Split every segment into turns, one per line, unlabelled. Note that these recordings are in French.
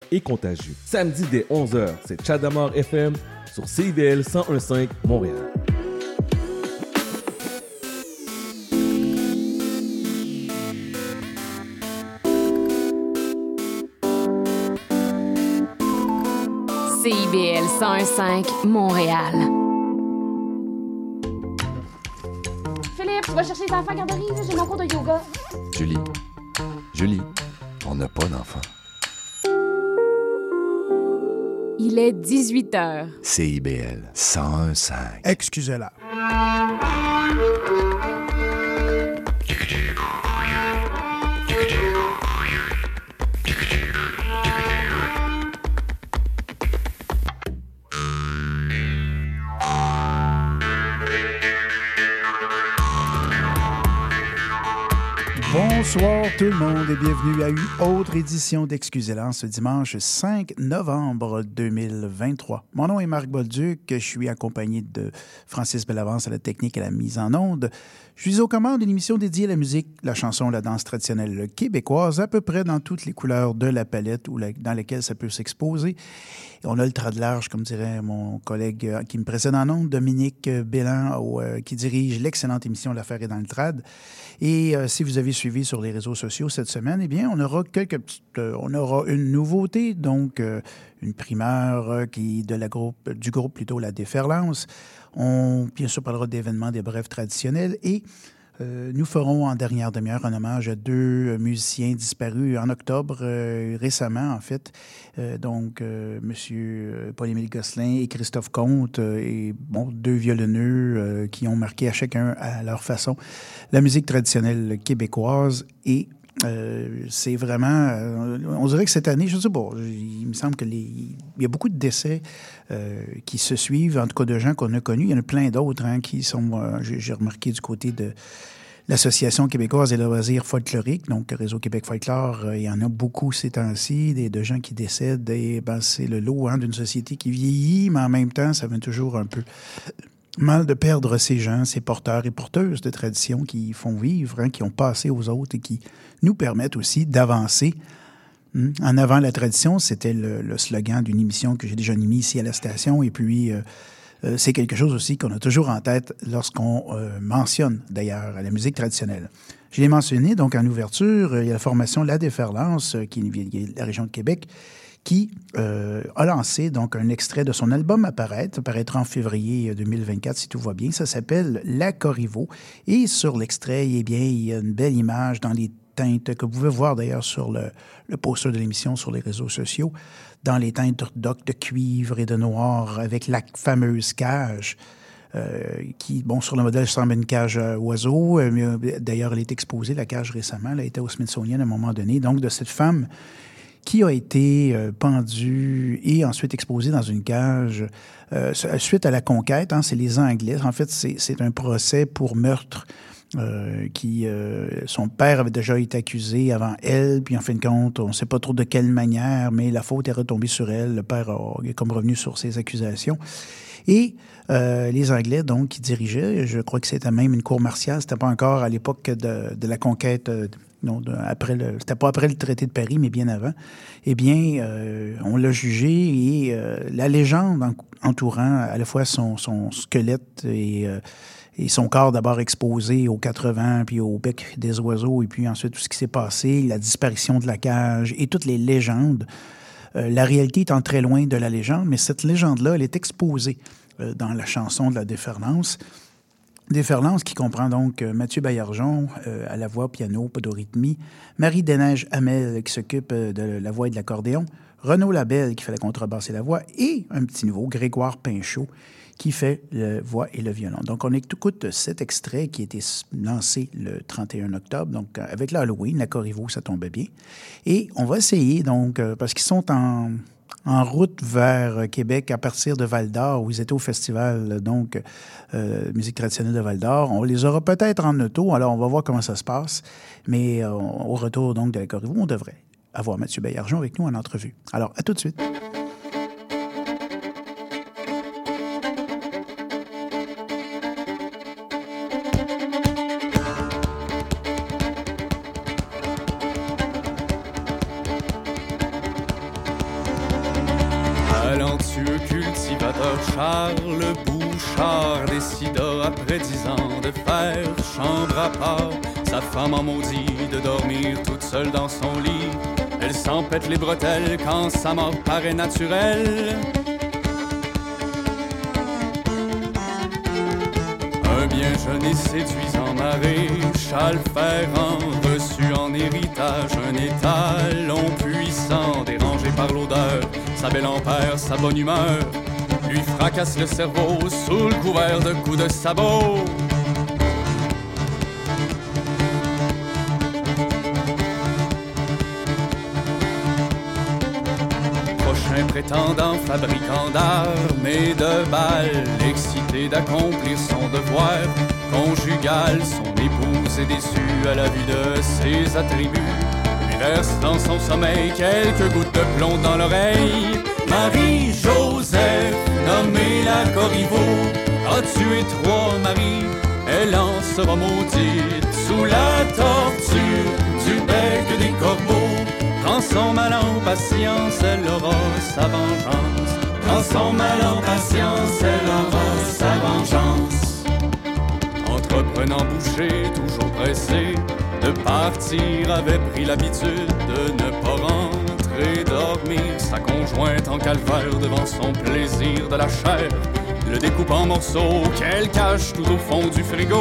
et contagieux. Samedi dès 11h, c'est Chadamar FM sur CIBL 101.5 Montréal.
CIBL 101.5 Montréal.
Philippe, tu vas chercher les enfants à la garderie, là, j'ai mon cours de yoga.
Julie, on n'a pas d'enfants.
Il est 18h.
CIBL 101.5.
Excusez-la. Bonsoir tout le monde et bienvenue à une autre édition d'Excusez-la ce dimanche 5 novembre 2023. Mon nom est Marc Bolduc, je suis accompagné de Francis Bellavance à la technique et à la mise en onde. Je suis aux commandes d'une émission dédiée à la musique, la chanson, la danse traditionnelle québécoise, à peu près dans toutes les couleurs de la palette ou dans laquelle ça peut s'exposer. Et on a le trait de large, comme dirait mon collègue qui me précède en ondes, Dominique Bélan, qui dirige l'excellente émission L'Affaire est dans le trad. Et si vous avez suivi sur les réseaux sociaux cette semaine, eh bien, on aura on aura une nouveauté, donc une primeur du groupe plutôt La Déferlance. On, bien sûr, parlera d'événements, des brèves traditionnels et nous ferons en dernière demi-heure un hommage à deux musiciens disparus en octobre, récemment en fait. Donc, M. Paul-Émile Gosselin et Christophe Comte, et bon, deux violonneux qui ont marqué à chacun à leur façon la musique traditionnelle québécoise. Et c'est vraiment... on dirait que cette année, je ne sais pas, il me semble qu'il y a beaucoup de décès qui se suivent, en tout cas de gens qu'on a connus. Il y en a plein d'autres qui sont... j'ai remarqué du côté de l'Association québécoise des loisirs folkloriques, donc Réseau Québec Folklore, il y en a beaucoup ces temps-ci, de gens qui décèdent. Et c'est le lot d'une société qui vieillit, mais en même temps, ça fait toujours un peu mal de perdre ces gens, ces porteurs et porteuses de traditions qui font vivre, qui ont passé aux autres et qui nous permettent aussi d'avancer. En avant la tradition, c'était le slogan d'une émission que j'ai déjà animée ici à la station. Et puis, c'est quelque chose aussi qu'on a toujours en tête lorsqu'on mentionne, d'ailleurs, la musique traditionnelle. Je l'ai mentionné, donc, en ouverture, il y a la formation La Déferlance, qui est de la région de Québec, qui a lancé donc un extrait de son album à paraîtra en février 2024, si tout va bien. Ça s'appelle La Corriveau. Et sur l'extrait, eh bien, il y a une belle image dans les teintes que vous pouvez voir d'ailleurs sur le poster de l'émission sur les réseaux sociaux, dans les teintes d'ocre, de cuivre et de noir, avec la fameuse cage qui, bon, sur le modèle, semble une cage oiseau. D'ailleurs, elle est exposée, la cage, récemment. Elle était au Smithsonian à un moment donné. Donc, de cette femme qui a été pendue et ensuite exposée dans une cage suite à la conquête. C'est les Anglais. En fait, c'est un procès pour meurtre son père avait déjà été accusé avant elle, puis en fin de compte, on ne sait pas trop de quelle manière, mais la faute est retombée sur elle. Le père est comme revenu sur ses accusations. Et les Anglais, donc, qui dirigeaient, je crois que c'était même une cour martiale, c'était pas encore à l'époque de la conquête, c'était pas après le traité de Paris, mais bien avant. Eh bien, on l'a jugé et la légende entourant à la fois son squelette et son corps d'abord exposé aux 80 puis au bec des oiseaux, et puis ensuite tout ce qui s'est passé, la disparition de la cage et toutes les légendes. La réalité étant très loin de la légende, mais cette légende-là, elle est exposée dans la chanson de La Déferlance. Déferlance qui comprend donc Mathieu Baillargeon à la voix, piano, podorythmie, Marie Desneiges Hamel qui s'occupe de la voix et de l'accordéon, Renaud Labelle qui fait la contrebasse et la voix, et un petit nouveau, Grégoire Pinchot, qui fait la voix et le violon. Donc, on écoute cet extrait qui a été lancé le 31 octobre, donc avec l'Halloween, la Corriveau, ça tombait bien. Et on va essayer, donc, parce qu'ils sont en route vers Québec à partir de Val-d'Or, où ils étaient au festival, donc, musique traditionnelle de Val-d'Or. On les aura peut-être en auto, alors on va voir comment ça se passe. Mais au retour, donc, de la Corriveau, on devrait avoir Mathieu Baillargeon avec nous en entrevue. Alors, à tout de suite.
cultivateur Charles Bouchard décida après 10 ans de faire chambre à part. Sa femme en maudit de dormir toute seule dans son lit. Elle s'en pète les bretelles quand sa mort paraît naturelle. Un bien jeune et séduisant mari, Charles Ferrand reçut en héritage un étalon puissant, dérangé par l'odeur. Sa belle en perd sa bonne humeur, lui fracasse le cerveau sous le couvert de coups de sabot. Prochain prétendant, fabricant d'armes et de balles, excité d'accomplir son devoir conjugal, son épouse est déçue à la vue de ses attributs. Lui verse dans son sommeil quelques gouttes de plomb dans l'oreille. Marie-Joseph, nommée la Corriveau, a tué 3 maris, elle en sera maudite sous la torture du bec des corbeaux. Quand son mal en patience, elle aura sa vengeance. Quand son mal en patience, elle aura sa vengeance. Entreprenant boucher, toujours pressé de partir, avait pris l'habitude de ne pas rentrer dormir. Sa conjointe en calvaire devant son plaisir de la chair le découpe en morceaux qu'elle cache tout au fond du frigo.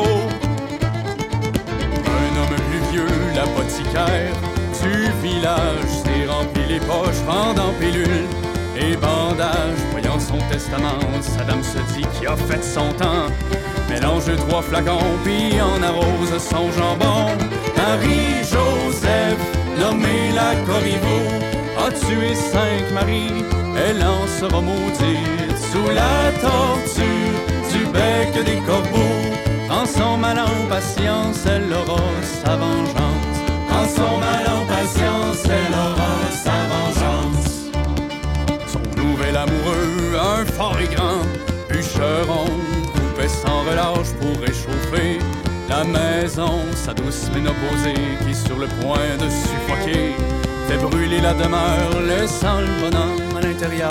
Un homme plus vieux, l'apothicaire du village, s'est rempli les poches pendant pilules et bandages. Voyant son testament, sa dame se dit qu'il a fait son temps. Mélange 3 flacons puis en arrose son jambon. Marie-Joseph, nommée la Corriveau, a tué 5 maris, elle en sera maudite sous la torture du bec des corbeaux. En son mal en patience, elle aura sa vengeance. En son mal en patience, elle aura sa vengeance. Son nouvel amoureux, un fort et grand bûcheron, coupait sans relâche pour réchauffer la maison. Sa douce ménopausée qui est sur le point de suffoquer fait brûler la demeure, laissant le bonhomme à l'intérieur.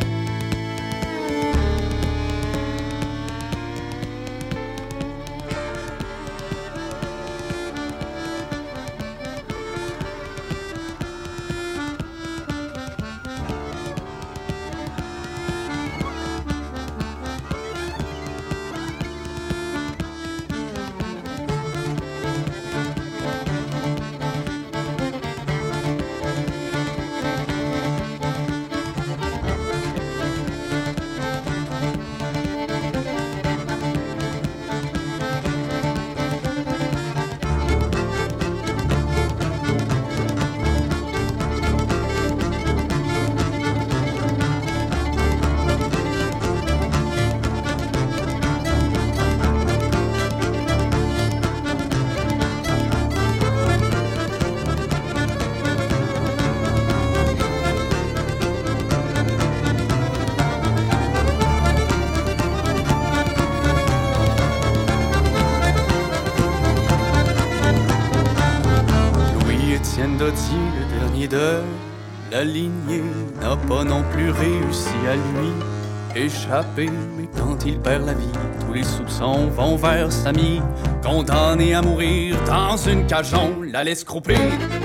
Dodier, le dernier de la lignée, n'a pas non plus réussi à lui échapper. Mais quand il perd la vie, tous les soupçons vont vers Samy, condamné à mourir dans une cage, on la laisse crouper.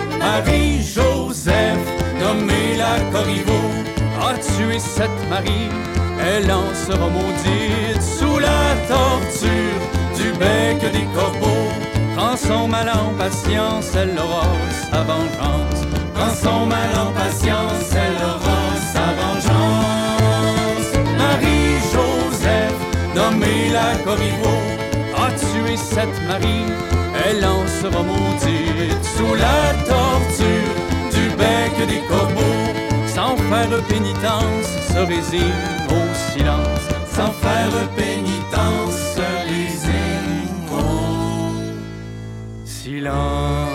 Marie-Joseph, nommée la Corriveau, a tué 7 maris, elle en sera maudite sous la torture du bec des corbeaux. Prends son mal en patience, elle aura sa vengeance. Prends son mal en patience, elle aura sa vengeance. Marie-Joseph, nommée la Corriveau, a tué 7 maris, elle en sera maudite sous la torture du bec des corbeaux. Sans faire pénitence, se résigne au silence. Sans faire pénitence, se résigne au silence.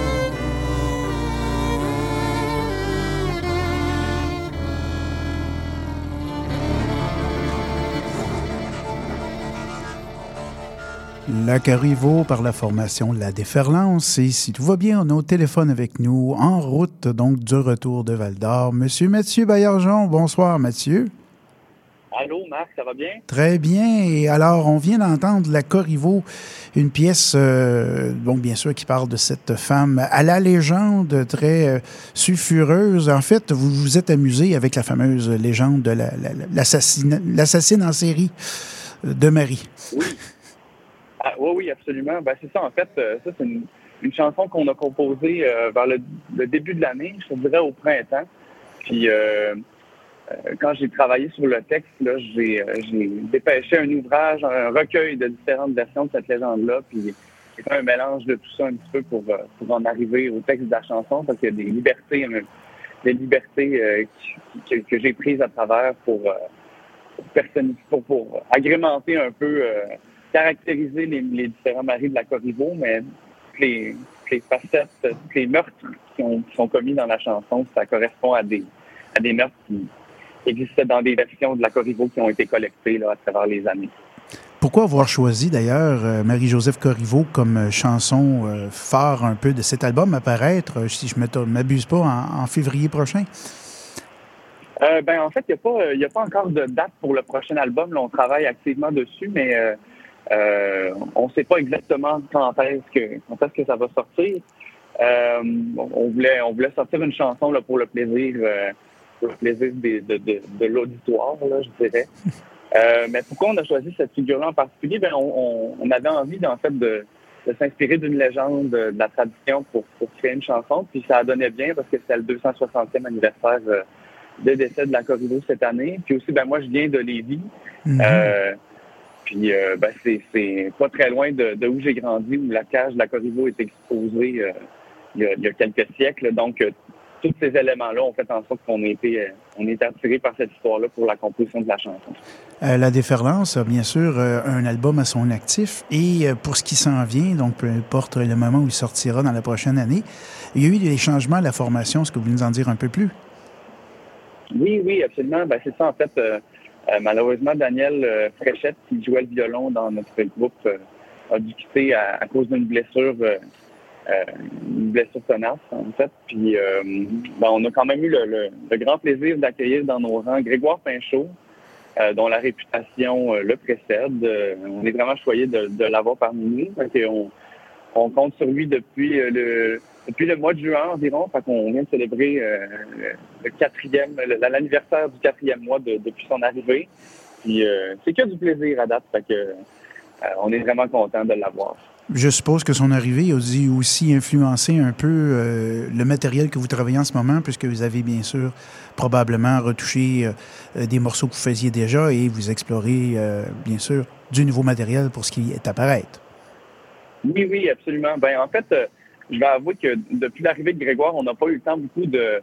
La Corriveau par la formation La Déferlance. Et si tout va bien, on est au téléphone avec nous, en route donc du retour de Val-d'Or. Monsieur Mathieu Baillargeon, bonsoir Mathieu.
Allô, Marc, ça va bien?
Très bien. Et alors, on vient d'entendre La Corriveau, une pièce, donc bien sûr, qui parle de cette femme à la légende, très sulfureuse. En fait, vous vous êtes amusé avec la fameuse légende de l'assassine en série de Marie.
Oui. Oui, absolument. Ben, c'est ça, en fait, ça, c'est une chanson qu'on a composée vers le début de l'année, je te dirais au printemps. Puis, quand j'ai travaillé sur le texte, là, j'ai dépêché un ouvrage, un recueil de différentes versions de cette légende-là, puis j'ai fait un mélange de tout ça un petit peu pour en arriver au texte de la chanson, parce qu'il y a des libertés que j'ai prises à travers pour agrémenter un peu, caractériser les différents maris de la Corriveau, mais les facettes, tous les meurtres qui sont commis dans la chanson, ça correspond à des meurtres qui existaient dans des versions de la Corriveau qui ont été collectées là, à travers les années.
Pourquoi avoir choisi d'ailleurs Marie-Joseph Corriveau comme chanson phare un peu de cet album à paraître, si je ne m'abuse pas, en février prochain?
En fait, il n'y a pas encore de date pour le prochain album. Là, on travaille activement dessus, mais on ne sait pas exactement quand est-ce que ça va sortir. On voulait sortir une chanson là, pour le plaisir de l'auditoire, là, je dirais. Mais pourquoi on a choisi cette figure-là en particulier? On avait envie, en fait, de s'inspirer d'une légende de la tradition pour créer une chanson. Puis ça donnait bien parce que c'était le 260e anniversaire de décès de la Corriveau cette année. Puis aussi, moi, je viens de Lévis. C'est pas très loin de où j'ai grandi, où la cage de la Corriveau est exposée il y a quelques siècles. Donc, tous ces éléments-là ont fait en sorte qu'on ait été attirés par cette histoire-là pour la composition de la chanson.
La Déferlance a bien sûr un album à son actif et pour ce qui s'en vient, donc peu importe le moment où il sortira dans la prochaine année, il y a eu des changements à la formation. Est-ce que vous voulez nous en dire un peu plus?
Oui, absolument. C'est ça, en fait. Malheureusement, Daniel Fréchette, qui jouait le violon dans notre groupe, a dû quitter à cause d'une blessure tenace, en fait. Puis, on a quand même eu le grand plaisir d'accueillir dans nos rangs Grégoire Pinchot, dont la réputation le précède. On est vraiment choyés de l'avoir parmi nous. On compte sur lui depuis le mois de juin environ. Fait qu'on vient de célébrer l'anniversaire du 4e mois depuis son arrivée. Puis c'est que du plaisir à date. Fait que on est vraiment content de l'avoir.
Je suppose que son arrivée a dû aussi influencer un peu le matériel que vous travaillez en ce moment, puisque vous avez bien sûr probablement retouché des morceaux que vous faisiez déjà et vous explorez bien sûr du nouveau matériel pour ce qui est à paraître.
Oui, absolument. En fait, je vais avouer que depuis l'arrivée de Grégoire, on n'a pas eu le temps beaucoup de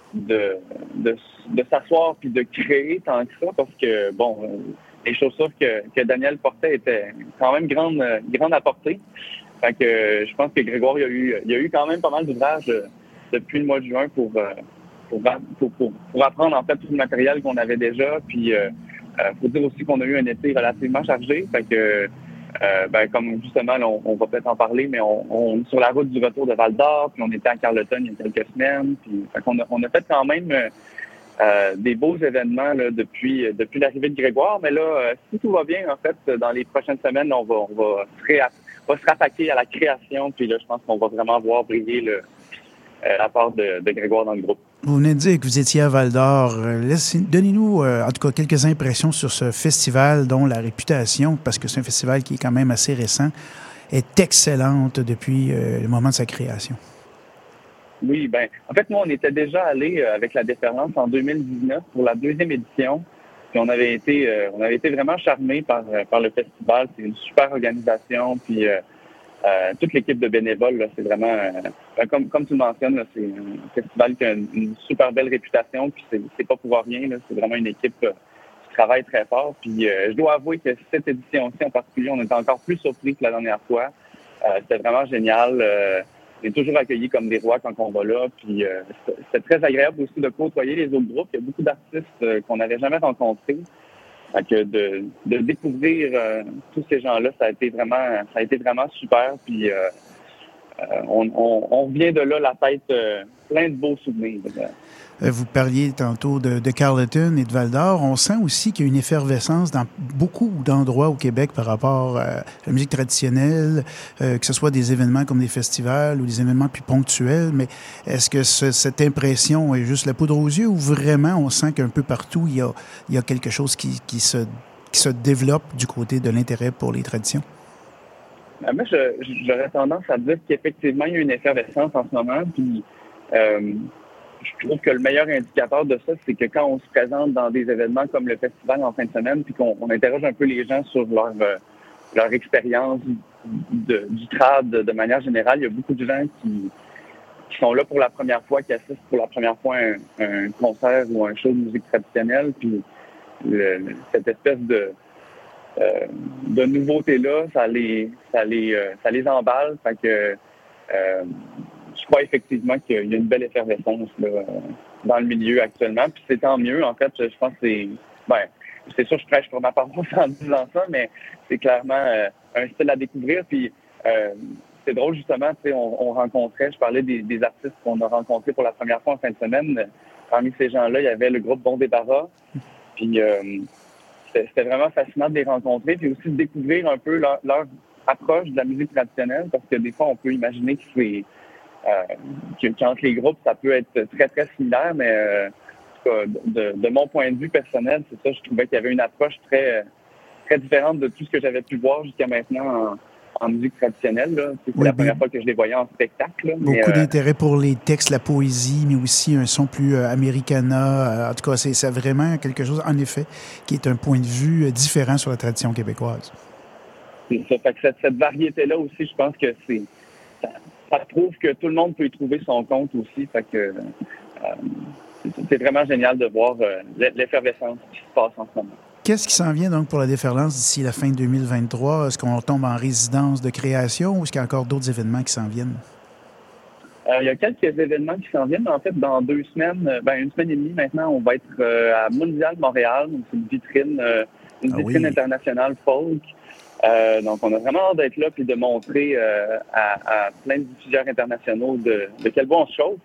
s'asseoir puis de créer tant que ça, parce que, les chaussures que Daniel portait étaient quand même grande à porter. Fait que je pense que Grégoire, il y a eu quand même pas mal d'ouvrages depuis le mois de juin pour apprendre en fait tout le matériel qu'on avait déjà. Puis faut dire aussi qu'on a eu un été relativement chargé. Fait que comme justement, là, on va peut-être en parler, mais on est sur la route du retour de Val-d'Or, puis on était à Carleton il y a quelques semaines. Puis fait qu'on a fait quand même des beaux événements là, depuis l'arrivée de Grégoire. Mais là, si tout va bien, en fait, dans les prochaines semaines, on va se rattaquer à la création. Puis là, je pense qu'on va vraiment voir briller la part de Grégoire dans le groupe.
Vous venez de dire que vous étiez à Val-d'Or. Donnez-nous, en tout cas, quelques impressions sur ce festival dont la réputation, parce que c'est un festival qui est quand même assez récent, est excellente depuis le moment de sa création.
Oui, en fait, nous, on était déjà allés avec la Déferlance en 2019 pour la 2e édition. Puis on avait été vraiment charmés par le festival. C'est une super organisation. Puis toute l'équipe de bénévoles, là, c'est vraiment, comme tu le mentionnes, là, c'est un festival qui a une super belle réputation. Puis c'est pas pour rien. Là, c'est vraiment une équipe qui travaille très fort. Puis je dois avouer que cette édition-ci en particulier, on était encore plus surpris que la dernière fois. C'était vraiment génial. On est toujours accueillis comme des rois quand on va là. Puis c'est très agréable aussi de côtoyer les autres groupes. Il y a beaucoup d'artistes qu'on n'avait jamais rencontrés. Fait que de découvrir tous ces gens-là, ça a été vraiment super. Puis on revient de là la tête plein de beaux souvenirs.
Vous parliez tantôt de Carleton et de Val-d'Or. On sent aussi qu'il y a une effervescence dans beaucoup d'endroits au Québec par rapport à la musique traditionnelle, que ce soit des événements comme des festivals ou des événements plus ponctuels. Mais est-ce que cette impression est juste la poudre aux yeux ou vraiment on sent qu'un peu partout, il y a quelque chose qui se développe du côté de l'intérêt pour les traditions?
Moi, j'aurais tendance à dire qu'effectivement, il y a une effervescence en ce moment. Puis, je trouve que le meilleur indicateur de ça, c'est que quand on se présente dans des événements comme le festival en fin de semaine, puis qu'on interroge un peu les gens sur leur expérience du trad de manière générale, il y a beaucoup de gens qui sont là pour la première fois, qui assistent pour la première fois à un concert ou un show de musique traditionnelle. Puis, cette espèce de nouveauté-là, ça les emballe. Fait que je crois effectivement qu'il y a une belle effervescence là, dans le milieu actuellement. Puis c'est tant mieux. En fait, je pense que c'est sûr que je prêche pour ma paroisse en disant ça, mais c'est clairement un style à découvrir. Puis c'est drôle justement, tu sais, on rencontrait, je parlais des artistes qu'on a rencontrés pour la première fois en fin de semaine. Parmi ces gens-là, il y avait le groupe Bon Débarras. Puis c'était vraiment fascinant de les rencontrer, puis aussi de découvrir un peu leur approche de la musique traditionnelle, parce que des fois, on peut imaginer qu'entre les groupes, ça peut être très, très similaire, mais en tout cas, de mon point de vue personnel, c'est ça, je trouvais qu'il y avait une approche très, très différente de tout ce que j'avais pu voir jusqu'à maintenant en musique traditionnelle. Là. C'est la première fois que je les voyais en spectacle. Là,
beaucoup d'intérêt pour les textes, la poésie, mais aussi un son plus americana. En tout cas, c'est vraiment quelque chose, en effet, qui est un point de vue différent sur la tradition québécoise.
C'est ça. Fait que cette variété-là aussi, je pense que ça prouve que tout le monde peut y trouver son compte aussi. Fait que c'est vraiment génial de voir l'effervescence qui se passe en ce moment.
Qu'est-ce qui s'en vient donc pour la déferlance d'ici la fin 2023? Est-ce qu'on tombe en résidence de création ou est-ce qu'il y a encore d'autres événements qui s'en viennent?
Il y a quelques événements qui s'en viennent. En fait, dans 2 semaines, une semaine et demie maintenant, on va être à Mondial Montréal. Donc, c'est une vitrine internationale folk. Donc, on a vraiment hâte d'être là et de montrer à plein de diffuseurs internationaux de quel bon on se chauffe.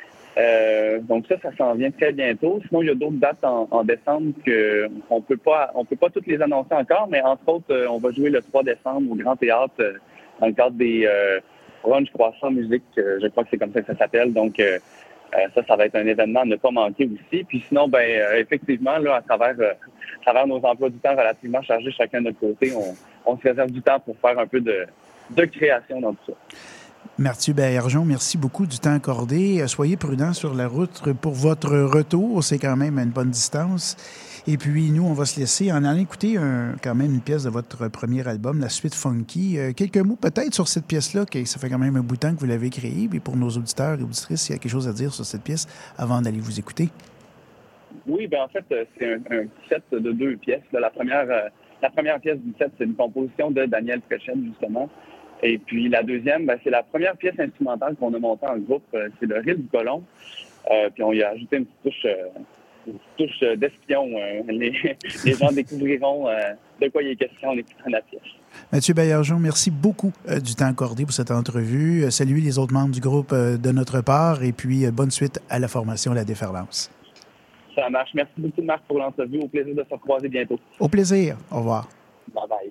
Donc ça s'en vient très bientôt. Sinon, il y a d'autres dates en décembre qu'on peut pas toutes les annoncer encore, mais entre autres, on va jouer le 3 décembre au Grand Théâtre dans le cadre des Brunch Croissant Musique, je crois que c'est comme ça que ça s'appelle. Donc ça va être un événement à ne pas manquer aussi. Puis sinon, effectivement, là, à travers nos emplois du temps relativement chargés chacun de notre côté, on se réserve du temps pour faire un peu de création dans tout ça.
Mathieu Baillargeon, merci beaucoup du temps accordé. Soyez prudents sur la route pour votre retour. C'est quand même à une bonne distance. Et puis, nous, on va se laisser en allant écouter quand même une pièce de votre premier album, La Suite Funky. Quelques mots peut-être sur cette pièce-là, que ça fait quand même un bout de temps que vous l'avez créée. Puis pour nos auditeurs et auditrices, s'il y a quelque chose à dire sur cette pièce avant d'aller vous écouter.
Oui, en fait, c'est un set de 2 pièces. La première pièce du set, c'est une composition de Daniel Fréchette, justement. Et puis la deuxième, c'est la première pièce instrumentale qu'on a montée en groupe, c'est le Rille du Colon. Puis on y a ajouté une petite touche d'espion. Les gens découvriront de quoi il est question en écoutant la pièce.
Mathieu Baillargeon, merci beaucoup du temps accordé pour cette entrevue. Saluez les autres membres du groupe de notre part et puis bonne suite à la formation La Déferlance.
Ça marche. Merci beaucoup, Marc, pour l'entrevue. Au plaisir de se recroiser bientôt.
Au plaisir. Au revoir.
Bye-bye.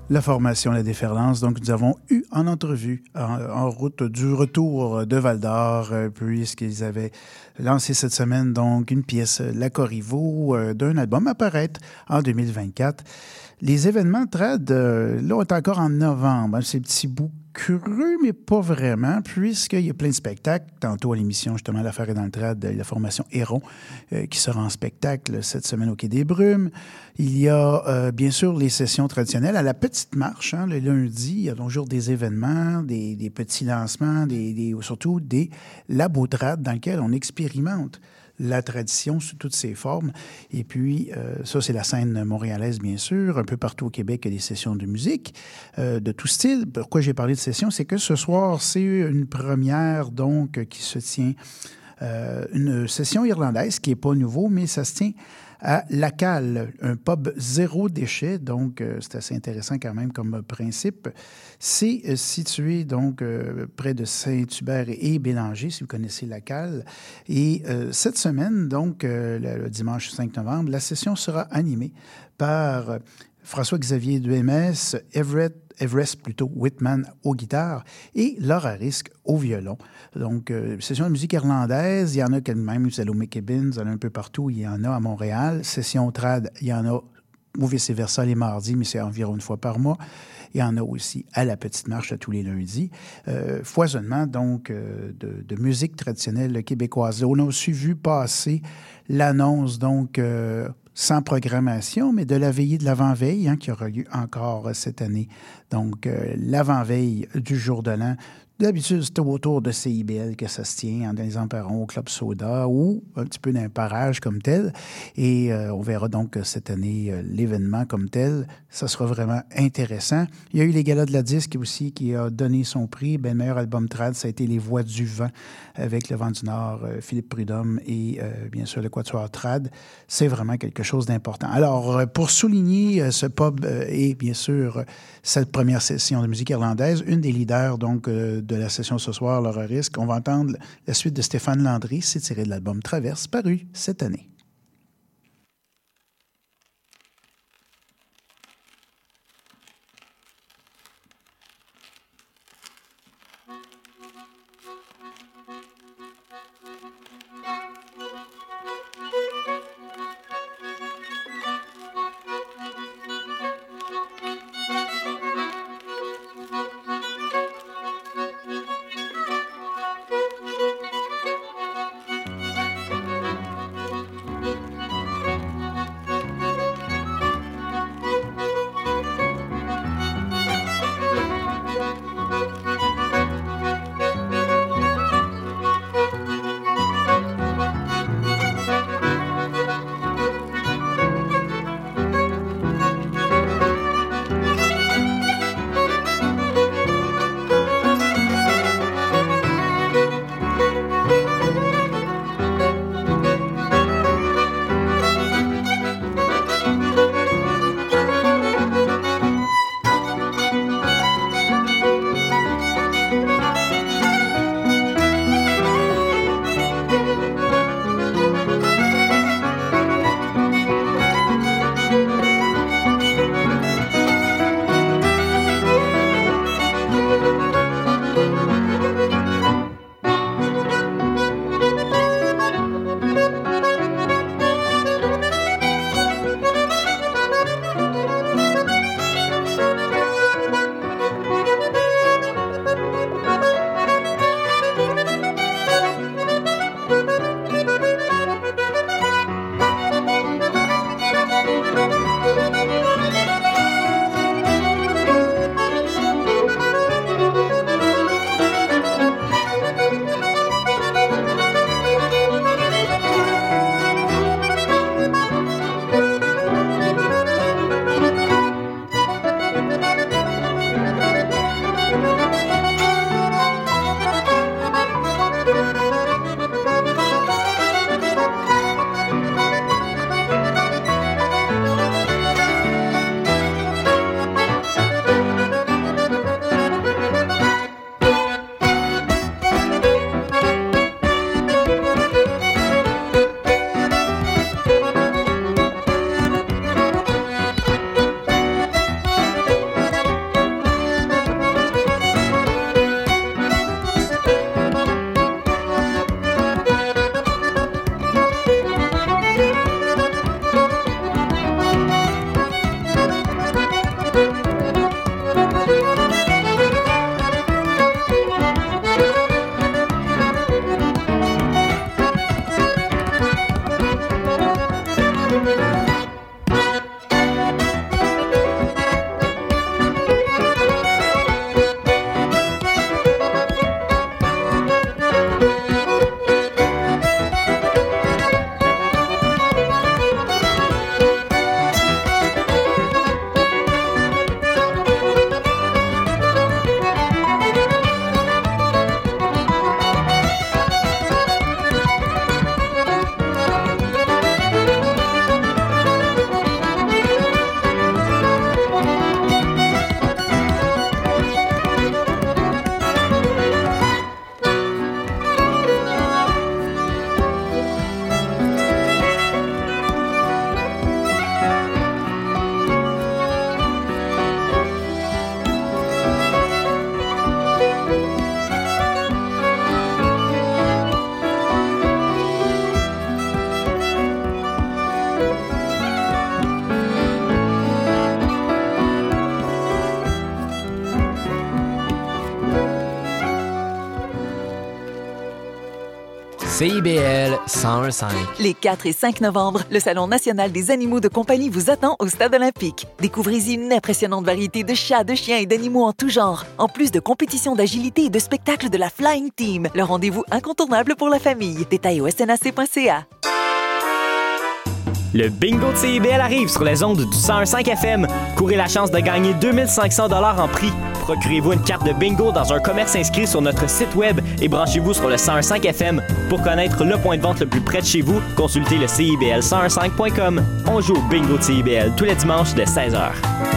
La formation La Déferlance, donc nous avons eu en entrevue en route du retour de Val-d'Or, puisqu'ils avaient lancé cette semaine donc une pièce, La Corriveau, d'un album à paraître en 2024. Les événements trad, là, on est encore en novembre. C'est un petit bout curieux, mais pas vraiment, puisqu'il y a plein de spectacles. Tantôt à l'émission, justement, l'affaire est dans le trad, la formation Héron, qui sera en spectacle cette semaine au Quai des Brumes. Il y a, bien sûr, les sessions traditionnelles à la Petite Marche, hein, le lundi. Il y a toujours des événements, des petits lancements, surtout des labos trad dans lesquels on expérimente la tradition sous toutes ses formes. Et puis, ça, c'est la scène montréalaise, bien sûr. Un peu partout au Québec, il y a des sessions de musique de tout style. Pourquoi j'ai parlé de session? C'est que ce soir, c'est une première, donc, qui se tient, une session irlandaise qui n'est pas nouveau, mais ça se tient à La Cale, un pub zéro déchet, donc c'est assez intéressant quand même comme principe. C'est situé donc près de Saint-Hubert et Bélanger, si vous connaissez La Cale. Et cette semaine, donc le dimanche 5 novembre, la session sera animée par François-Xavier Duhamès, Everest Whitman aux guitares et Laura Risk au violon. Donc, session de musique irlandaise, il y en a quand même, vous allez au McKibbins, vous allez un peu partout, il y en a à Montréal. Session trad, il y en a ou vice-versa les mardis, mais c'est environ une fois par mois. Il y en a aussi à la Petite Marche à tous les lundis. Foisonnement, donc, de musique traditionnelle québécoise. On a aussi vu passer l'annonce, donc, sans programmation, mais de la veillée de l'avant-veille, hein, qui aura lieu encore cette année. Donc, l'avant-veille du jour de l'an. D'habitude, c'est autour de CIBL que ça se tient, dans les Emperons, au Club Soda ou un petit peu dans un parage comme tel. Et on verra donc cette année l'événement comme tel. Ça sera vraiment intéressant. Il y a eu les galas de la disque aussi qui a donné son prix. Ben, le meilleur album trad, ça a été Les Voix du vent avec Le Vent du Nord, Philippe Prudhomme et bien sûr le Quatuor trad. C'est vraiment quelque chose d'important. Alors, pour souligner ce pub et bien sûr cette première session de musique irlandaise, une des leaders donc de la session ce soir, Laura Risk. On va entendre la suite de Stéphane Landry. C'est tiré de l'album Traverse, paru cette année.
CIBL 101.5.
Les 4 et 5 novembre, le Salon national des animaux de compagnie vous attend au Stade olympique. Découvrez-y une impressionnante variété de chats, de chiens et d'animaux en tout genre. En plus de compétitions d'agilité et de spectacles de la Flying Team, le rendez-vous incontournable pour la famille. Détails au snac.ca.
Le bingo de CIBL arrive sur les ondes du 101.5 FM. Courez la chance de gagner 2500 $ en prix. Procurez-vous une carte de bingo dans un commerce inscrit sur notre site web et branchez-vous sur le 101.5 FM. Pour connaître le point de vente le plus près de chez vous, consultez le CIBL1015.com. On joue au bingo de CIBL tous les dimanches dès 16h.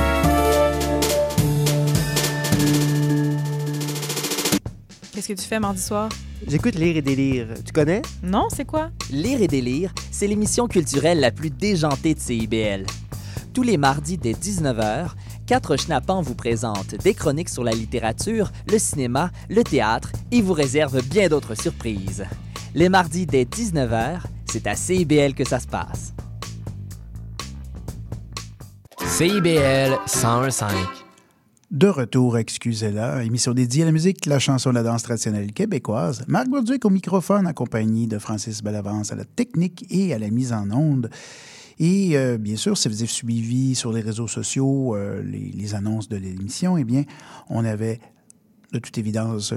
Qu'est-ce que tu fais mardi soir?
J'écoute Lire et délire. Tu connais?
Non, c'est quoi?
Lire et délire, c'est l'émission culturelle la plus déjantée de CIBL. Tous les mardis dès 19h, 4 schnappants vous présentent des chroniques sur la littérature, le cinéma, le théâtre et vous réservent bien d'autres surprises. Les mardis dès 19h, c'est à CIBL que ça se passe.
CIBL 101.5.
De retour, excusez-la, émission dédiée à la musique, la chanson, la danse traditionnelle québécoise. Marc Bolduc au microphone, accompagné de Francis Bellavance à la technique et à la mise en onde. Et bien sûr, si vous avez suivi sur les réseaux sociaux les annonces de l'émission, eh bien, on avait de toute évidence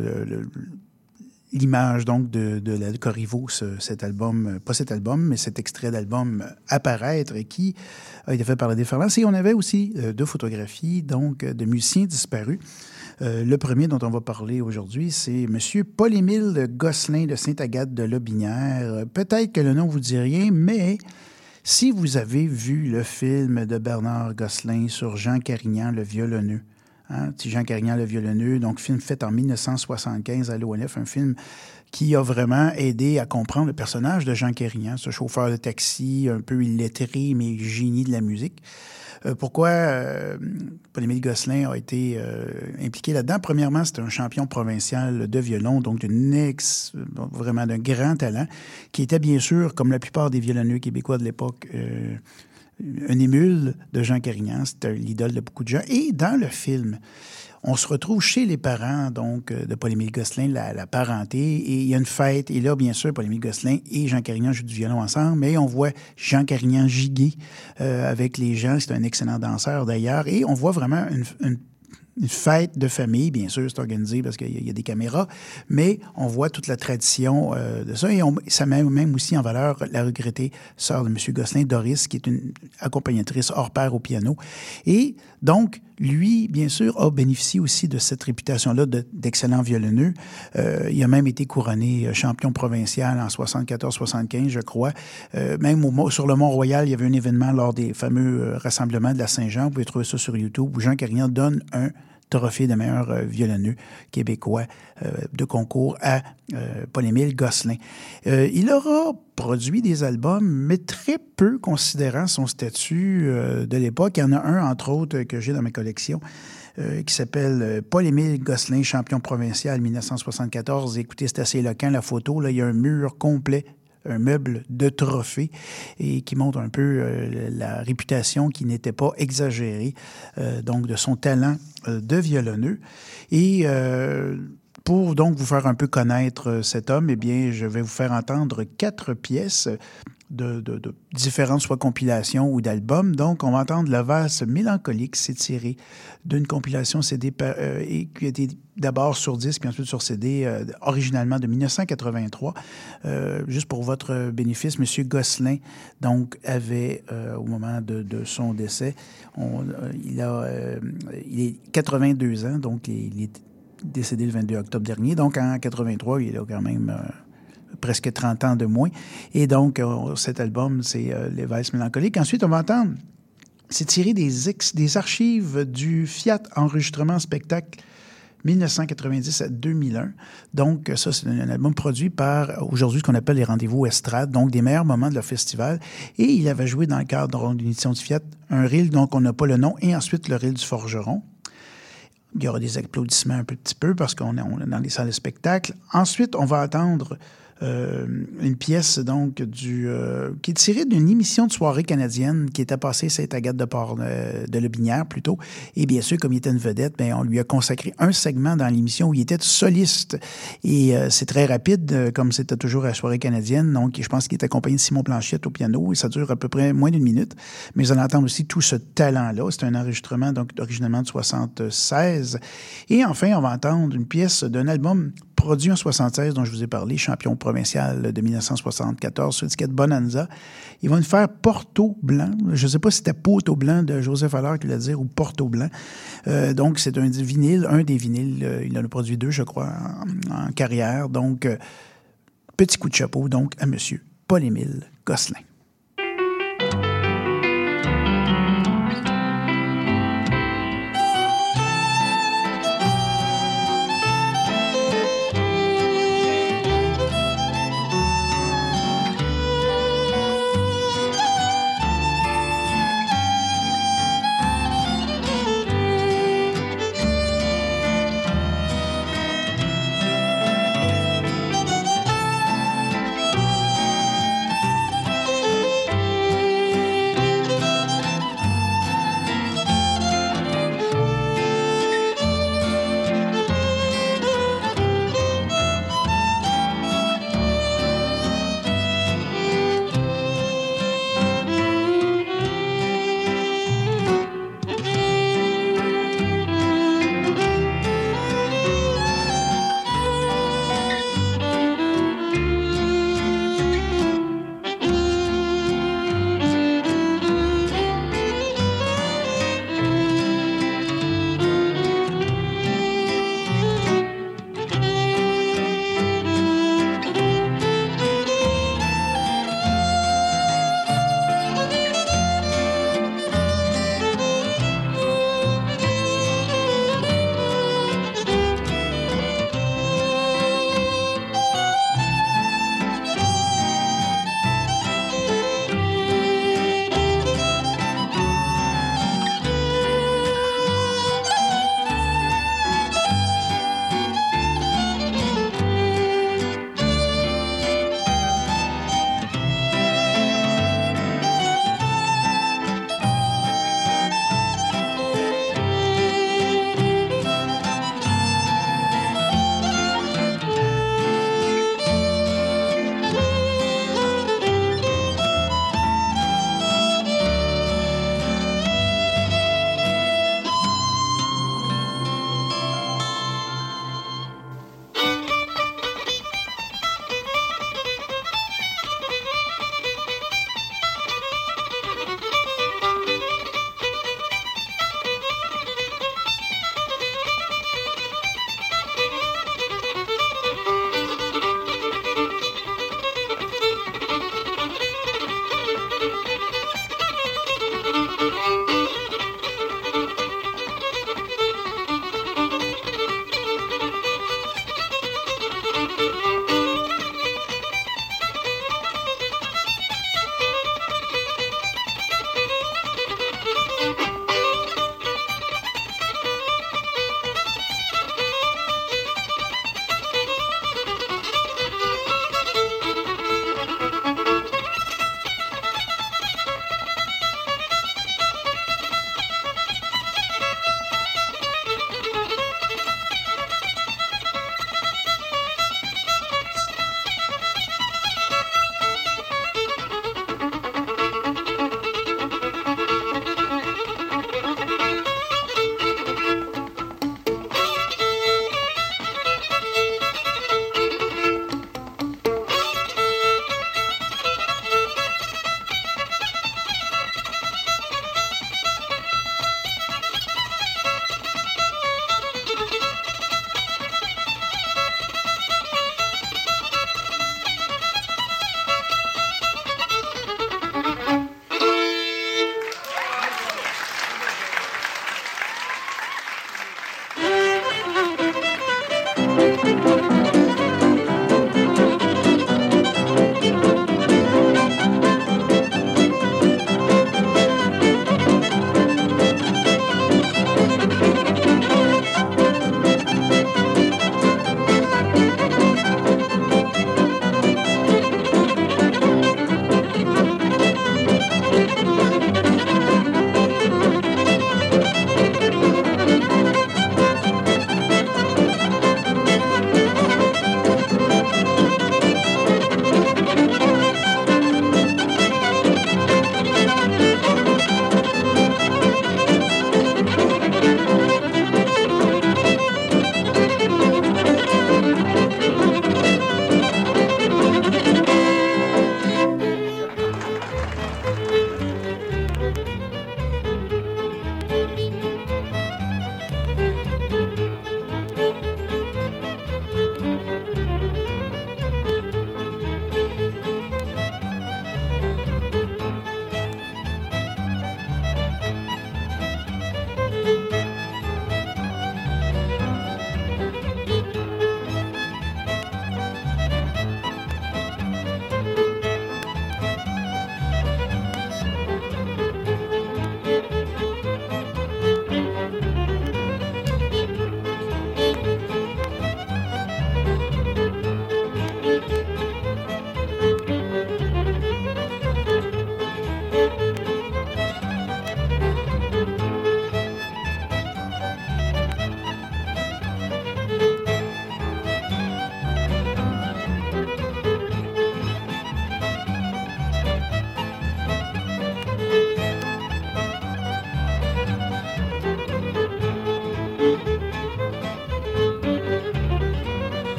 l'image donc de la Corriveau, cet album, pas cet album, mais cet extrait d'album apparaître et qui a été fait par la Déferlance. Et on avait aussi 2 photographies donc de musiciens disparus. Le premier dont on va parler aujourd'hui, c'est M. Paul-Émile Gosselin de Sainte-Agathe de Lotbinière. Peut-être que le nom vous dit rien, mais si vous avez vu le film de Bernard Gosselin sur Jean Carignan, le violonneux, Jean Carignan, le violonneux, donc film fait en 1975 à l'ONF, un film qui a vraiment aidé à comprendre le personnage de Jean Carignan, ce chauffeur de taxi un peu illettré, mais génie de la musique. Pourquoi Paul-Émile Gosselin a été impliqué là-dedans? Premièrement, c'est un champion provincial de violon, donc vraiment d'un grand talent, qui était bien sûr, comme la plupart des violonneux québécois de l'époque, un émule de Jean Carignan. C'était l'idole de beaucoup de gens. Et dans le film, on se retrouve chez les parents donc de Paul-Émile Gosselin, la parenté, et il y a une fête. Et là, bien sûr, Paul-Émile Gosselin et Jean Carignan jouent du violon ensemble, mais on voit Jean Carignan giguer avec les gens. C'est un excellent danseur, d'ailleurs. Et on voit vraiment une fête de famille, bien sûr, c'est organisé parce qu'il y a des caméras, mais on voit toute la tradition de ça. Et ça met même aussi en valeur la regrettée sœur de M. Gosselin, Doris, qui est une accompagnatrice hors pair au piano. Et donc, lui, bien sûr, a bénéficié aussi de cette réputation-là d'excellent violonneux. Il a même été couronné champion provincial en 74-75, je crois. Même sur le Mont-Royal, il y avait un événement lors des fameux rassemblements de la Saint-Jean. Vous pouvez trouver ça sur YouTube, où Jean Carignan donne un trophée de meilleur violonneux québécois de concours à Paul-Émile Gosselin. Il aura produit des albums, mais très peu considérant son statut de l'époque. Il y en a un, entre autres, que j'ai dans ma collection, qui s'appelle Paul-Émile Gosselin, champion provincial 1974. Écoutez, c'est assez éloquent, la photo. Là, il y a un mur complet, un meuble de trophées et qui montre un peu la réputation qui n'était pas exagérée donc de son talent de violonneux. Et pour donc vous faire un peu connaître cet homme, eh bien, je vais vous faire entendre 4 pièces de différentes soit compilations ou d'albums. Donc, on va entendre La valse mélancolique, c'est tiré d'une compilation CD et qui a été d'abord sur disque, puis ensuite sur CD, originalement de 1983. Juste pour votre bénéfice, M. Gosselin, donc, avait, au moment de son décès, il est 82 ans, donc il est décédé le 22 octobre dernier. Donc, en 83, il a quand même presque 30 ans de moins. Et donc, cet album, c'est Les valses mélancoliques. Ensuite, on va entendre, c'est tiré des archives du Fiat Enregistrement Spectacle 1990 à 2001. Donc, ça, c'est un album produit par, aujourd'hui, ce qu'on appelle les rendez-vous estrade, donc des meilleurs moments de le festival. Et il avait joué dans le cadre d'une édition du Fiat un reel dont on n'a pas le nom, et ensuite le reel du Forgeron. Il y aura des applaudissements un petit peu parce qu'on est dans les salles de spectacle. Ensuite, on va attendre une pièce donc qui est tirée d'une émission de soirée canadienne qui était passée Sainte-Agathe de Lobinière plutôt. Et bien sûr, comme il était une vedette, bien, on lui a consacré un segment dans l'émission où il était soliste. Et c'est très rapide, comme c'était toujours à la soirée canadienne. Donc, je pense qu'il est accompagné de Simon Blanchette au piano et ça dure à peu près moins d'une minute. Mais vous allez entendre aussi tout ce talent-là. C'est un enregistrement donc originalement de 1976. Et enfin, on va entendre une pièce d'un album produit en 1976, dont je vous ai parlé, champion provincial de 1974 sur l'étiquette Bonanza. Ils vont nous faire Porto Blanc. Je ne sais pas si c'était Poteau Blanc de Joseph Allard qui l'a dit ou Porto Blanc. Donc, c'est un des vinyles. Il en a produit 2, je crois, en carrière. Donc, petit coup de chapeau donc à M. Paul-Émile Gosselin.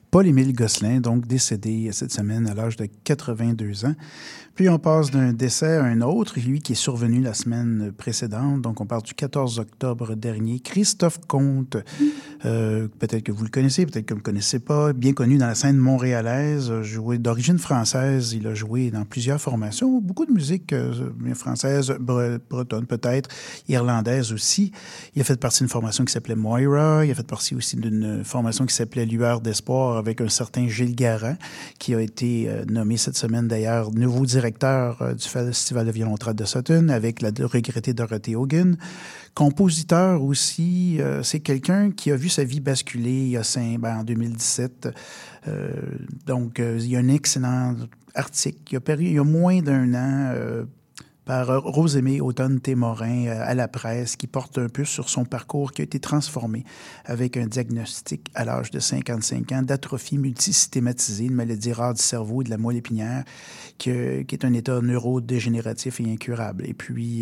Paul-Émile Gosselin, donc décédé cette semaine à l'âge de 82 ans. Puis on passe d'un décès à un autre, lui qui est survenu la semaine précédente. Donc on part du 14 octobre dernier. Christophe Comte, peut-être que vous le connaissez, peut-être que vous ne le connaissez pas, bien connu dans la scène montréalaise, d'origine française. Il a joué dans plusieurs formations, beaucoup de musique française, bretonne peut-être, irlandaise aussi. Il a fait partie d'une formation qui s'appelait Moira. Il a fait partie aussi d'une formation qui s'appelait Lueur d'espoir avec un certain Gilles Garand, qui a été nommé cette semaine d'ailleurs nouveau directeur du Festival de violon-trad de Sutton avec la regrettée Dorothée Hogan. Compositeur aussi, c'est quelqu'un qui a vu sa vie basculer en 2017. Donc, il y a un excellent article. Il y a moins d'un an par Rosemée Automne-Témorin à la presse, qui porte un peu sur son parcours qui a été transformé avec un diagnostic à l'âge de 55 ans d'atrophie multisystématisée, une maladie rare du cerveau et de la moelle épinière, qui est un état neurodégénératif et incurable. Et puis,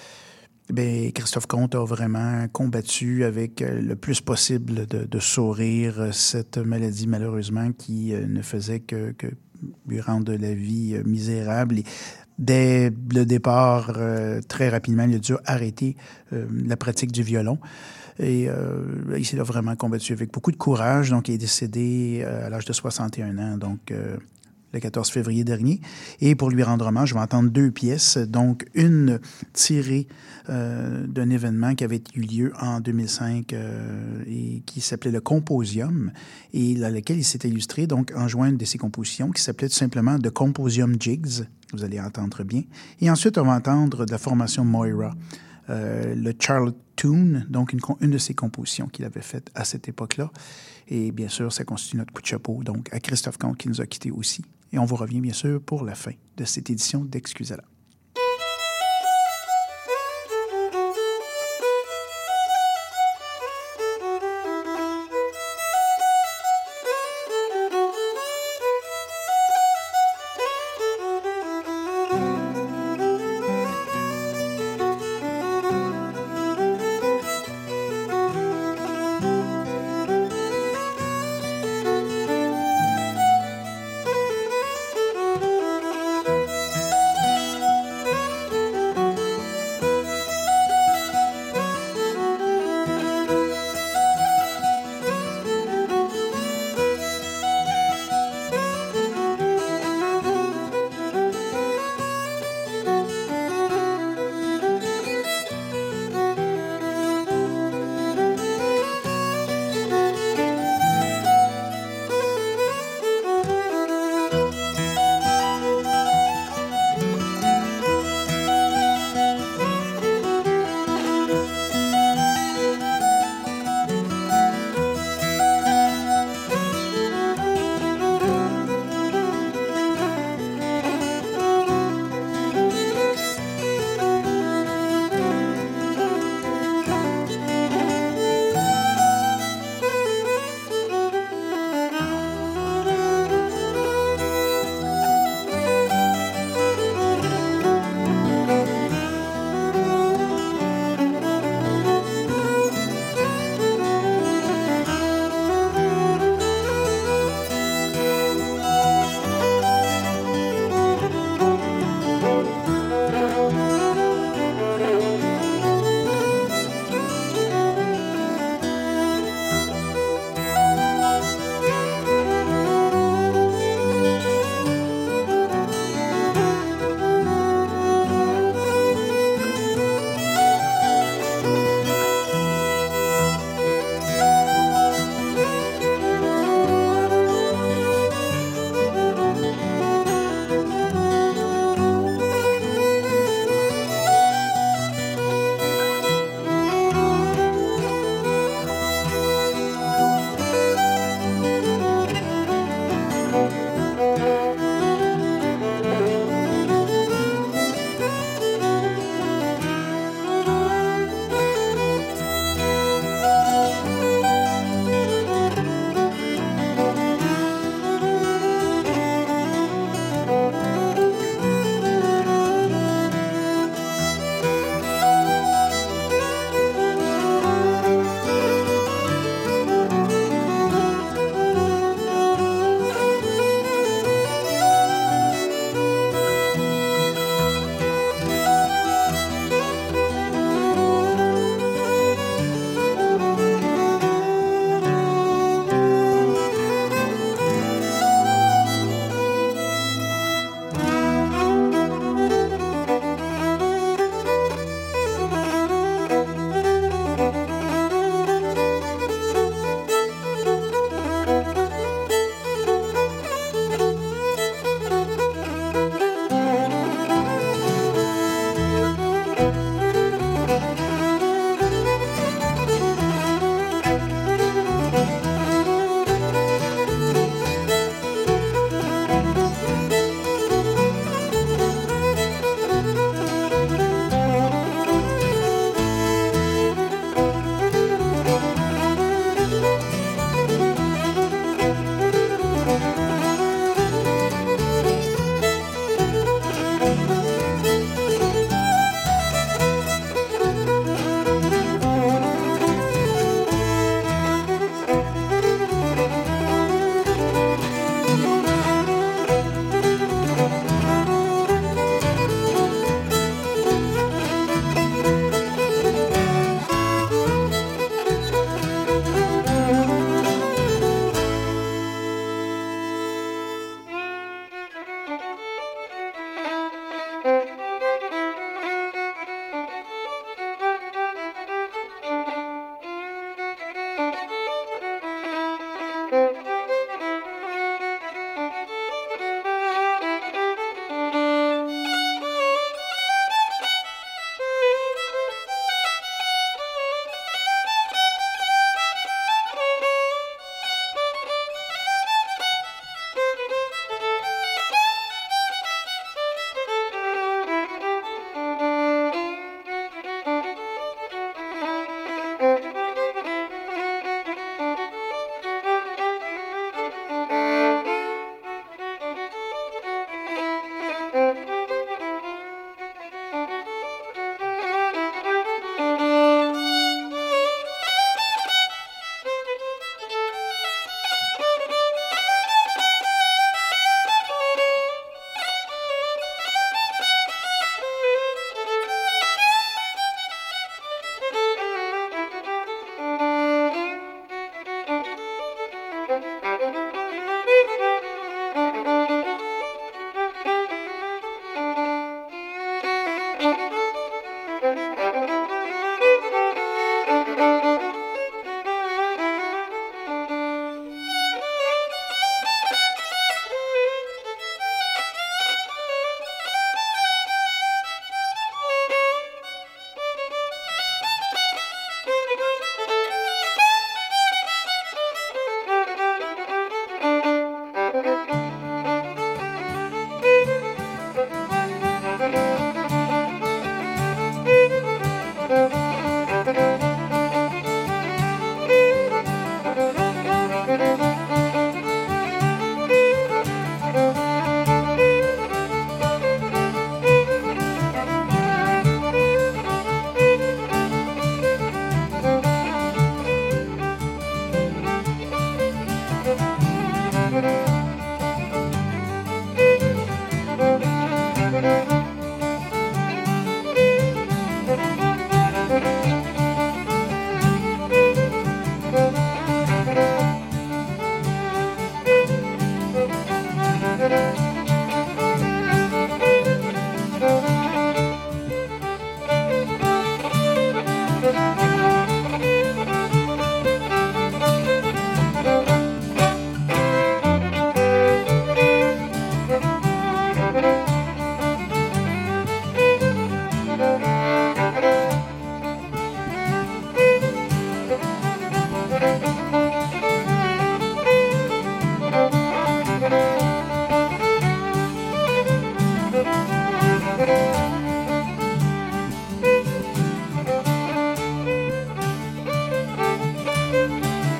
Christophe Comte a vraiment combattu avec le plus possible de sourire cette maladie, malheureusement, qui ne faisait que lui rendre la vie misérable. Et dès le départ, très rapidement, il a dû arrêter la pratique du violon. Et il s'est vraiment combattu avec beaucoup de courage. Donc, il est décédé à l'âge de 61 ans, donc le 14 février dernier. Et pour lui rendre hommage, je vais entendre 2 pièces. Donc, une tirée d'un événement qui avait eu lieu en 2005 et qui s'appelait le Composium, et dans lequel il s'est illustré donc en jouant une de ses compositions qui s'appelait tout simplement The Composium Jigs. Vous allez entendre bien. Et ensuite, on va entendre de la formation Moira, le Charlotte Tune, donc une de ses compositions qu'il avait faites à cette époque-là. Et bien sûr, ça constitue notre coup de chapeau, donc à Christophe Comte qui nous a quittés aussi. Et on vous revient bien sûr pour la fin de cette édition d'Excusez-la.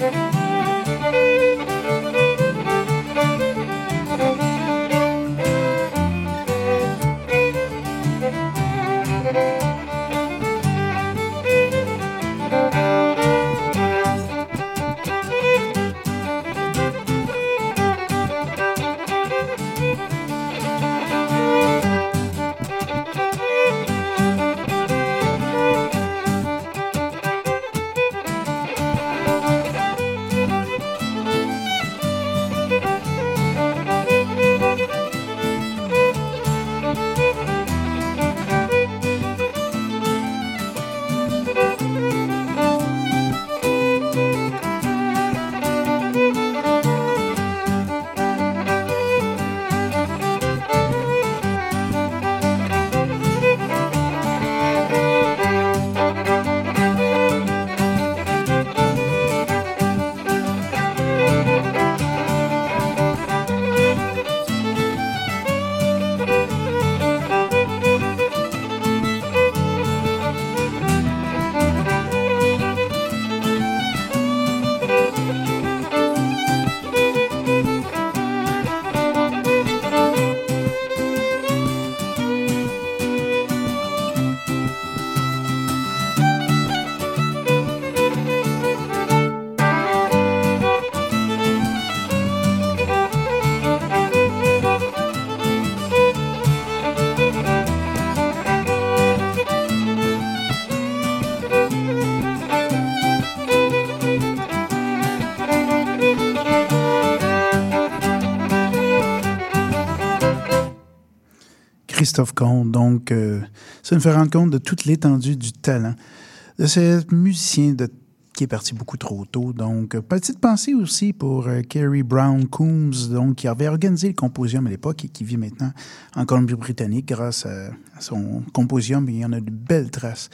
Christophe Comte. Donc, ça nous fait rendre compte de toute l'étendue du talent de ce musicien qui est parti beaucoup trop tôt. Donc, petite pensée aussi pour Kerry Brown Coombs, donc, qui avait organisé le Composium à l'époque et qui vit maintenant en Colombie-Britannique grâce à son Composium. Il y en a de belles traces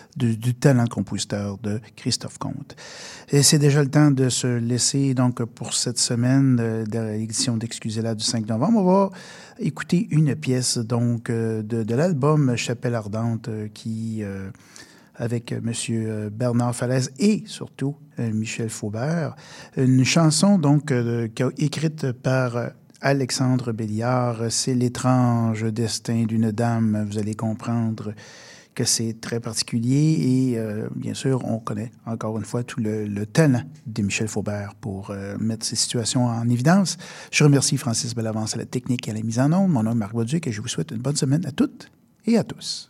du talent compositeur de Christophe Comte. Et c'est déjà le temps de se laisser donc pour cette semaine de l'édition d'Excusez-la du 5 novembre. On va écouter une pièce donc de l'album Chapelle Ardente qui avec M. Bernard Falaise et surtout Michel Faubert. Une chanson donc écrite par Alexandre Béliard. C'est l'étrange destin d'une dame. Vous allez comprendre que c'est très particulier et bien sûr, on connaît encore une fois tout le talent de Michel Faubert pour mettre ces situations en évidence. Je remercie Francis Bellavance à la technique et à la mise en onde. Mon nom est Marc Bolduc et je vous souhaite une bonne semaine à toutes et à tous.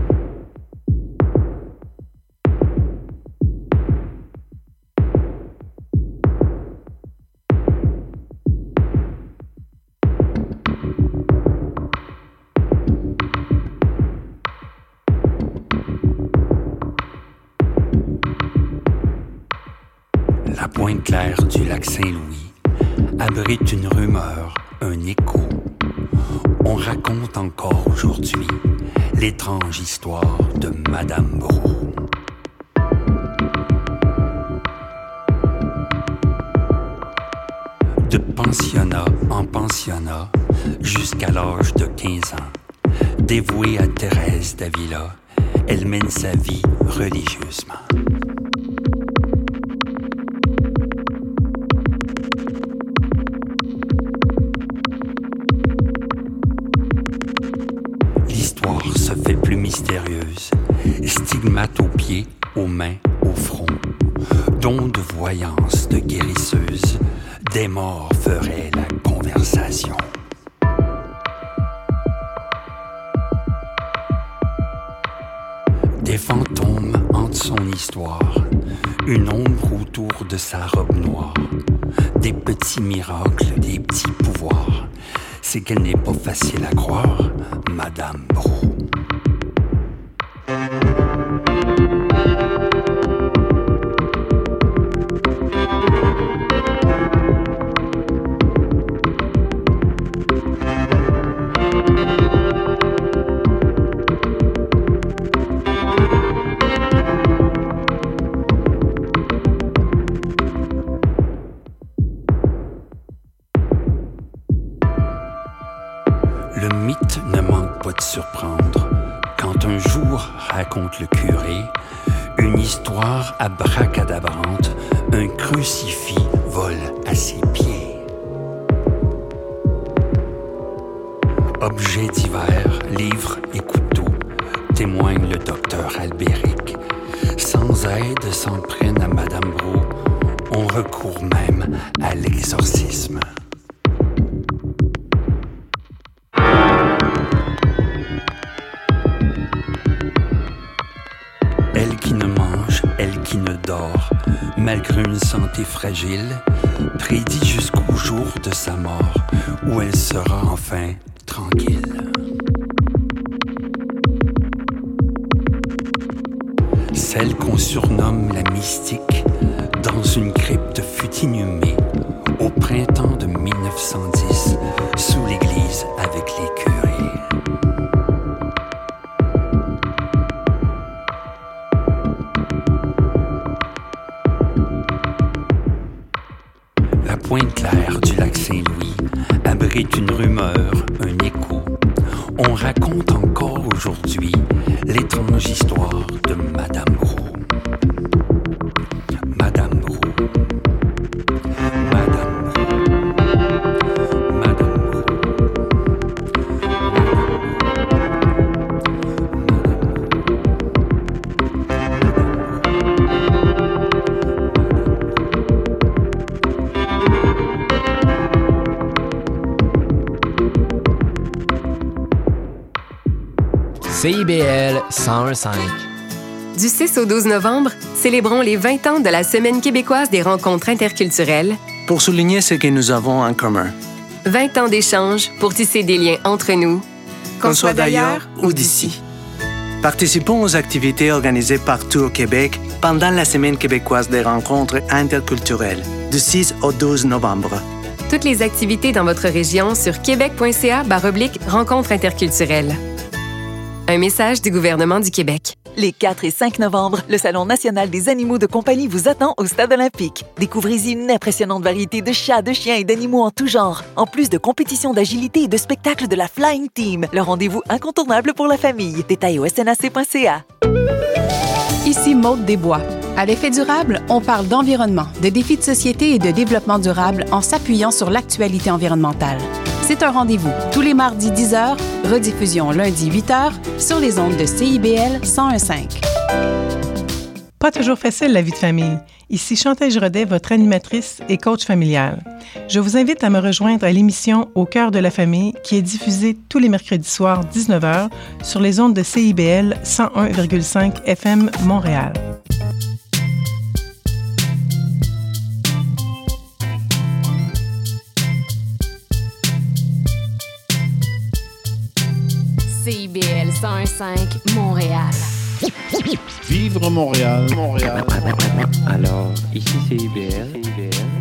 La pointe claire du lac Saint-Louis abrite une rumeur, un écho. On raconte encore aujourd'hui l'étrange histoire de Madame Brault. De pensionnat en pensionnat jusqu'à l'âge de 15 ans, dévouée à Thérèse d'Avila, elle mène sa vie religieusement. L'histoire se fait plus mystérieuse, stigmates aux pieds, aux mains, au front, dons de voyance, de guérisseuse, des morts feraient la conversation. Des fantômes hantent son histoire, une ombre autour de sa robe noire, des petits miracles, des petits pouvoirs. C'est qu'elle n'est pas facile à croire, Madame Brault. Le mythe ne manque pas de surprendre quand un jour, raconte le curé, Une histoire abracadabrante, un crucifix vole à ses pieds. Objets divers, livres et couteaux, témoigne le docteur Albéric. Sans aide, s'en prennent à Madame Brault. On recourt même à l'exorcisme. Elle qui ne mange, elle qui ne dort, malgré une santé fragile, prédit jusqu'au jour de sa mort, où elle sera enfin tranquille. Celle qu'on surnomme la mystique, dans une crypte fut inhumée au printemps de 1910, sous l'église avec les curés. La pointe claire du lac Saint-Louis abrite une rumeur, un écho. On raconte encore aujourd'hui l'étrange histoire de Madame Brault. Madame Brault. Madame Brault. Madame Brault.
CIBL 101.5.
Du 6 au 12 novembre, célébrons les 20 ans de la Semaine québécoise des rencontres interculturelles
pour souligner ce que nous avons en commun.
20 ans d'échanges pour tisser des liens entre nous,
qu'on soit d'ailleurs ou d'ici. Participons aux activités organisées partout au Québec pendant la Semaine québécoise des rencontres interculturelles, du 6 au 12 novembre.
Toutes les activités dans votre région sur québec.ca/rencontres interculturelles. Un message du gouvernement du Québec.
Les 4 et 5 novembre, le Salon national des animaux de compagnie vous attend au Stade olympique. Découvrez-y une impressionnante variété de chats, de chiens et d'animaux en tout genre, en plus de compétitions d'agilité et de spectacles de la Flying Team. Le rendez-vous incontournable pour la famille. Détails au snac.ca.
Ici Maude Desbois. À l'effet durable, on parle d'environnement, de défis de société et de développement durable en s'appuyant sur l'actualité environnementale. C'est un rendez-vous tous les mardis 10h, rediffusion lundi 8h sur les ondes de CIBL 101.5.
Pas toujours facile la vie de famille. Ici Chantal Giraudet, votre animatrice et coach familial. Je vous invite à me rejoindre à l'émission Au cœur de la famille qui est diffusée tous les mercredis soirs 19h sur les ondes de CIBL 101,5 FM Montréal.
CIBL 101.5 Montréal.
Vivre Montréal, Montréal.
Alors, ici CIBL.